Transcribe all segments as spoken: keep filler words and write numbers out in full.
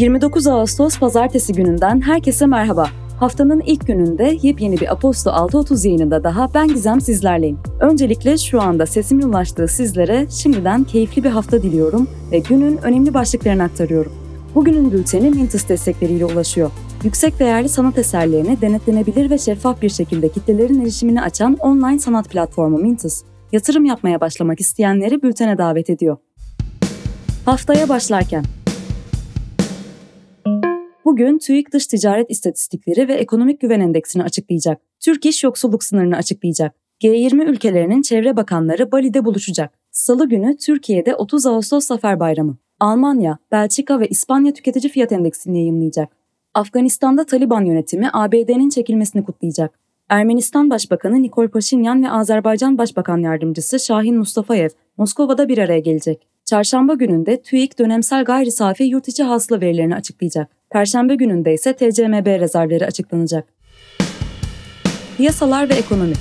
yirmi dokuz Ağustos Pazartesi gününden herkese merhaba. Haftanın ilk gününde yepyeni bir Aposto altı otuz yayınında daha ben Gizem sizlerleyim. Öncelikle şu anda sesimin ulaştığı sizlere şimdiden keyifli bir hafta diliyorum ve günün önemli başlıklarını aktarıyorum. Bugünün bülteni Mintos destekleriyle ulaşıyor. Yüksek değerli sanat eserlerini denetlenebilir ve şeffaf bir şekilde kitlelerin erişimini açan online sanat platformu Mintos, yatırım yapmaya başlamak isteyenleri bültene davet ediyor. Haftaya başlarken bugün TÜİK Dış Ticaret İstatistikleri ve Ekonomik Güven Endeksini açıklayacak. Türk İş yoksulluk sınırını açıklayacak. G yirmi ülkelerinin çevre bakanları Bali'de buluşacak. Salı günü Türkiye'de otuz Ağustos Zafer Bayramı. Almanya, Belçika ve İspanya tüketici fiyat endeksini yayımlayacak. Afganistan'da Taliban yönetimi A B D'nin çekilmesini kutlayacak. Ermenistan Başbakanı Nikol Paşinyan ve Azerbaycan Başbakan Yardımcısı Şahin Mustafayev Moskova'da bir araya gelecek. Çarşamba gününde TÜİK dönemsel gayri safi yurt içi hasıla verilerini açıklayacak. Perşembe gününde ise T C M B rezervleri açıklanacak. Piyasalar ve ekonomi.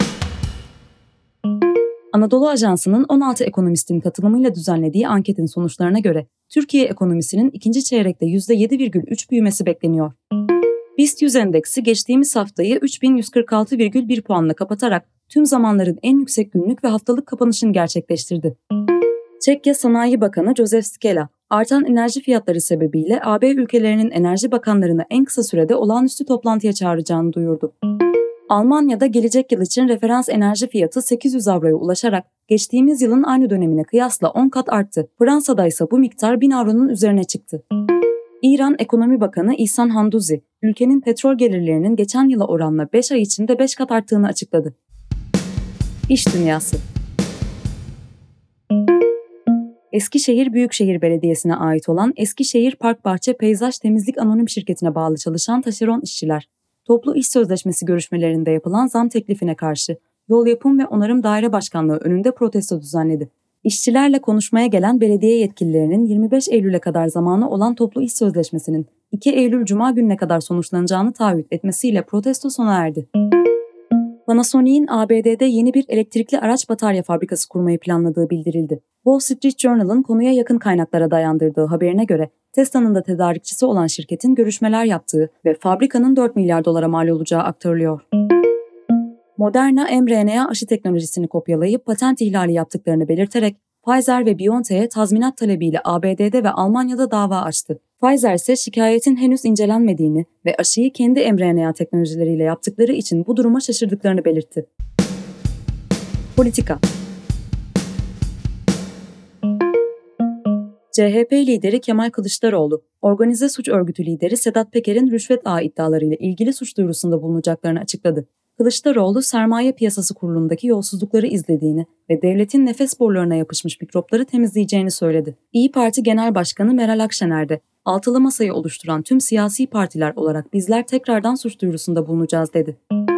Anadolu Ajansı'nın on altı ekonomistin katılımıyla düzenlediği anketin sonuçlarına göre Türkiye ekonomisinin ikinci çeyrekte yüzde yedi virgül üç büyümesi bekleniyor. BIST yüz endeksi geçtiğimiz haftayı üç bin yüz kırk altı virgül bir puanla kapatarak tüm zamanların en yüksek günlük ve haftalık kapanışını gerçekleştirdi. Çekya Sanayi Bakanı Josef Skela, artan enerji fiyatları sebebiyle A B ülkelerinin enerji bakanlarını en kısa sürede olağanüstü toplantıya çağıracağını duyurdu. Almanya'da gelecek yıl için referans enerji fiyatı sekiz yüz avroya ulaşarak geçtiğimiz yılın aynı dönemine kıyasla on kat arttı. Fransa'da ise bu miktar bin avronun üzerine çıktı. İran Ekonomi Bakanı İhsan Handuzi, ülkenin petrol gelirlerinin geçen yıla oranla beş ay içinde beş kat arttığını açıkladı. İş dünyası. Eskişehir Büyükşehir Belediyesi'ne ait olan Eskişehir Park Bahçe Peyzaj Temizlik Anonim Şirketi'ne bağlı çalışan taşeron işçiler, toplu iş sözleşmesi görüşmelerinde yapılan zam teklifine karşı Yol Yapım ve Onarım Daire Başkanlığı önünde protesto düzenledi. İşçilerle konuşmaya gelen belediye yetkililerinin yirmi beş Eylül'e kadar zamanı olan toplu iş sözleşmesinin iki Eylül Cuma gününe kadar sonuçlanacağını taahhüt etmesiyle protesto sona erdi. Panasonic'in A B D'de yeni bir elektrikli araç batarya fabrikası kurmayı planladığı bildirildi. Wall Street Journal'ın konuya yakın kaynaklara dayandırdığı haberine göre Tesla'nın da tedarikçisi olan şirketin görüşmeler yaptığı ve fabrikanın dört milyar dolara mal olacağı aktarılıyor. Moderna, mRNA aşı teknolojisini kopyalayıp patent ihlali yaptıklarını belirterek Pfizer ve BioNTech'e tazminat talebiyle A B D'de ve Almanya'da dava açtı. Pfizer ise şikayetin henüz incelenmediğini ve aşıyı kendi mRNA teknolojileriyle yaptıkları için bu duruma şaşırdıklarını belirtti. Politika. C H P lideri Kemal Kılıçdaroğlu, organize suç örgütü lideri Sedat Peker'in rüşvet ağı iddialarıyla ilgili suç duyurusunda bulunacaklarını açıkladı. Kılıçdaroğlu, Sermaye Piyasası Kurulu'ndaki yolsuzlukları izlediğini ve devletin nefes borularına yapışmış mikropları temizleyeceğini söyledi. İYİ Parti Genel Başkanı Meral Akşener de, altılı masayı oluşturan tüm siyasi partiler olarak bizler tekrardan suç duyurusunda bulunacağız dedi.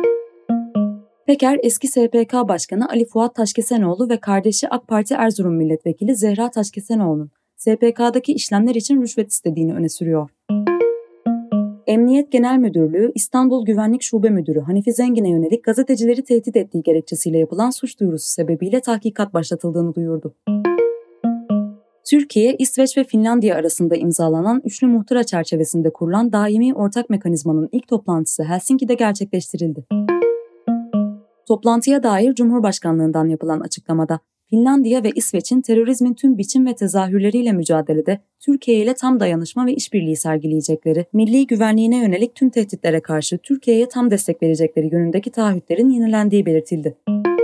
Peker, eski S P K Başkanı Ali Fuat Taşkesenoğlu ve kardeşi AK Parti Erzurum Milletvekili Zehra Taşkesenoğlu'nun S P K'daki işlemler için rüşvet istediğini öne sürüyor. Emniyet Genel Müdürlüğü, İstanbul Güvenlik Şube Müdürü Hanifi Zengin'e yönelik gazetecileri tehdit ettiği gerekçesiyle yapılan suç duyurusu sebebiyle tahkikat başlatıldığını duyurdu. Türkiye, İsveç ve Finlandiya arasında imzalanan üçlü muhtıra çerçevesinde kurulan daimi ortak mekanizmanın ilk toplantısı Helsinki'de gerçekleştirildi. Toplantıya dair Cumhurbaşkanlığından yapılan açıklamada, Finlandiya ve İsveç'in terörizmin tüm biçim ve tezahürleriyle mücadelede Türkiye ile tam dayanışma ve işbirliği sergileyecekleri, milli güvenliğine yönelik tüm tehditlere karşı Türkiye'ye tam destek verecekleri yönündeki taahhütlerin yenilendiği belirtildi.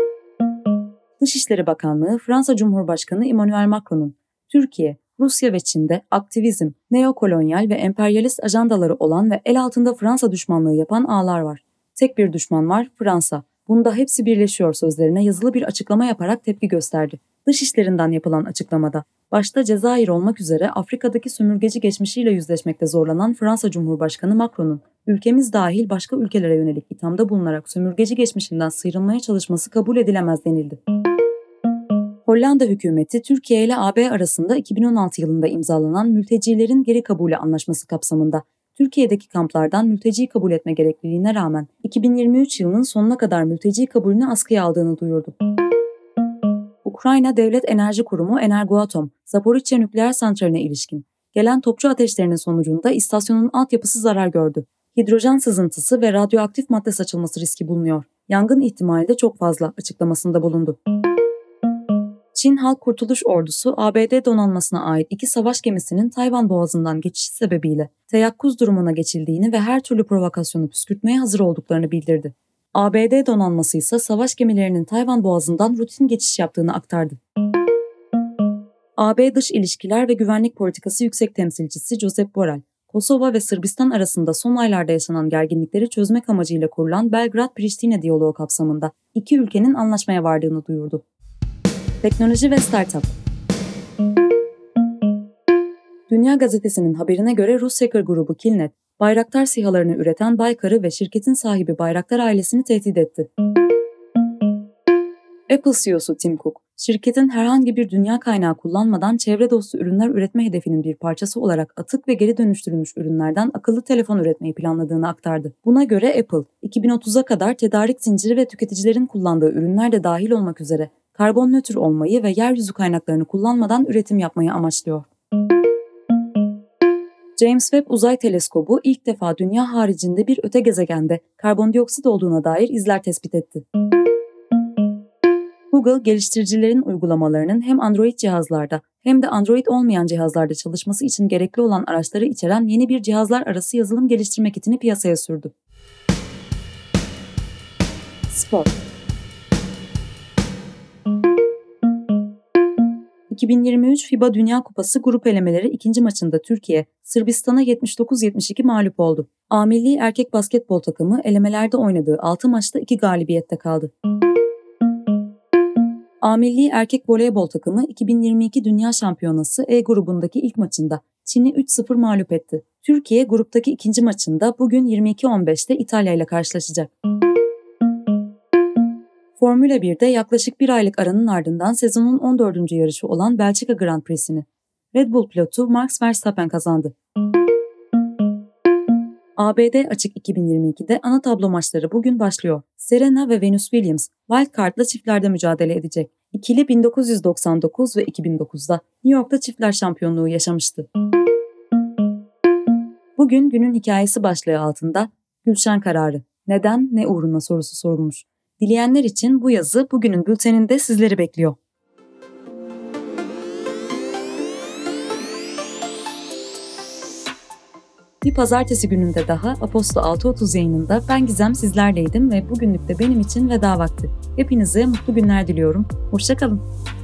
Dışişleri Bakanlığı, Fransa Cumhurbaşkanı Emmanuel Macron'un Türkiye, Rusya ve Çin'de aktivizm, neokolonyal ve emperyalist ajandaları olan ve el altında Fransa düşmanlığı yapan ağlar var. Tek bir düşman var, Fransa. Bunda hepsi birleşiyor sözlerine yazılı bir açıklama yaparak tepki gösterdi. Dışişlerinden yapılan açıklamada, başta Cezayir olmak üzere Afrika'daki sömürgeci geçmişiyle yüzleşmekte zorlanan Fransa Cumhurbaşkanı Macron'un, ülkemiz dahil başka ülkelere yönelik ithamda bulunarak sömürgeci geçmişinden sıyrılmaya çalışması kabul edilemez denildi. Hollanda hükümeti, Türkiye ile A B arasında iki bin on altı yılında imzalanan mültecilerin geri kabulü anlaşması kapsamında Türkiye'deki kamplardan mülteci kabul etme gerekliliğine rağmen iki bin yirmi üç yılının sonuna kadar mülteci kabulünü askıya aldığını duyurdu. Ukrayna Devlet Enerji Kurumu Energoatom, Zaporijçe nükleer santraline ilişkin Gelen topçu ateşlerinin sonucunda istasyonun altyapısı zarar gördü. Hidrojen sızıntısı ve radyoaktif madde saçılması riski bulunuyor. Yangın ihtimali de çok fazla açıklamasında bulundu. Çin Halk Kurtuluş Ordusu, A B D donanmasına ait iki savaş gemisinin Tayvan Boğazı'ndan geçişi sebebiyle teyakkuz durumuna geçildiğini ve her türlü provokasyonu püskürtmeye hazır olduklarını bildirdi. A B D donanması ise savaş gemilerinin Tayvan Boğazı'ndan rutin geçiş yaptığını aktardı. A B Dış İlişkiler ve Güvenlik Politikası Yüksek Temsilcisi Josep Borrell, Kosova ve Sırbistan arasında son aylarda yaşanan gerginlikleri çözmek amacıyla kurulan Belgrad-Priştine diyaloğu kapsamında iki ülkenin anlaşmaya vardığını duyurdu. Teknoloji ve Startup. Dünya Gazetesi'nin haberine göre Rus hacker grubu Killnet, Bayraktar SİHA'larını üreten Baykar'ı ve şirketin sahibi Bayraktar ailesini tehdit etti. Apple C E O'su Tim Cook, şirketin herhangi bir dünya kaynağı kullanmadan çevre dostu ürünler üretme hedefinin bir parçası olarak atık ve geri dönüştürülmüş ürünlerden akıllı telefon üretmeyi planladığını aktardı. Buna göre Apple, iki bin otuza kadar tedarik zinciri ve tüketicilerin kullandığı ürünler de dahil olmak üzere karbon nötr olmayı ve yeryüzü kaynaklarını kullanmadan üretim yapmayı amaçlıyor. James Webb Uzay Teleskobu ilk defa dünya haricinde bir öte gezegende karbondioksit olduğuna dair izler tespit etti. Google, geliştiricilerin uygulamalarının hem Android cihazlarda hem de Android olmayan cihazlarda çalışması için gerekli olan araçları içeren yeni bir cihazlar arası yazılım geliştirme kitini piyasaya sürdü. Spor. iki bin yirmi üç FIBA Dünya Kupası grup elemeleri ikinci maçında Türkiye, Sırbistan'a yetmiş dokuz yetmiş iki mağlup oldu. A Milli Erkek Basketbol takımı elemelerde oynadığı altı maçta iki galibiyette kaldı. A Milli Erkek Voleybol takımı iki bin yirmi iki Dünya Şampiyonası E grubundaki ilk maçında Çin'i üç sıfır mağlup etti. Türkiye gruptaki ikinci maçında bugün yirmi iki on beşte İtalya ile karşılaşacak. Formula birde yaklaşık bir aylık aranın ardından sezonun on dördüncü yarışı olan Belçika Grand Prix'sini Red Bull pilotu Max Verstappen kazandı. A B D Açık iki bin yirmi ikide ana tablo maçları bugün başlıyor. Serena ve Venus Williams wildcard'la çiftlerde mücadele edecek. İkili bin dokuz yüz doksan dokuz ve iki bin dokuzda New York'ta çiftler şampiyonluğu yaşamıştı. Bugün günün hikayesi başlığı altında Gülşen kararı, neden ne uğruna sorusu sorulmuş. Dileyenler için bu yazı bugünün bülteninde sizleri bekliyor. Bir pazartesi gününde daha Aposto altı otuz yayınında ben Gizem sizlerleydim ve bugünlük de benim için veda vakti. Hepinize mutlu günler diliyorum. Hoşça kalın.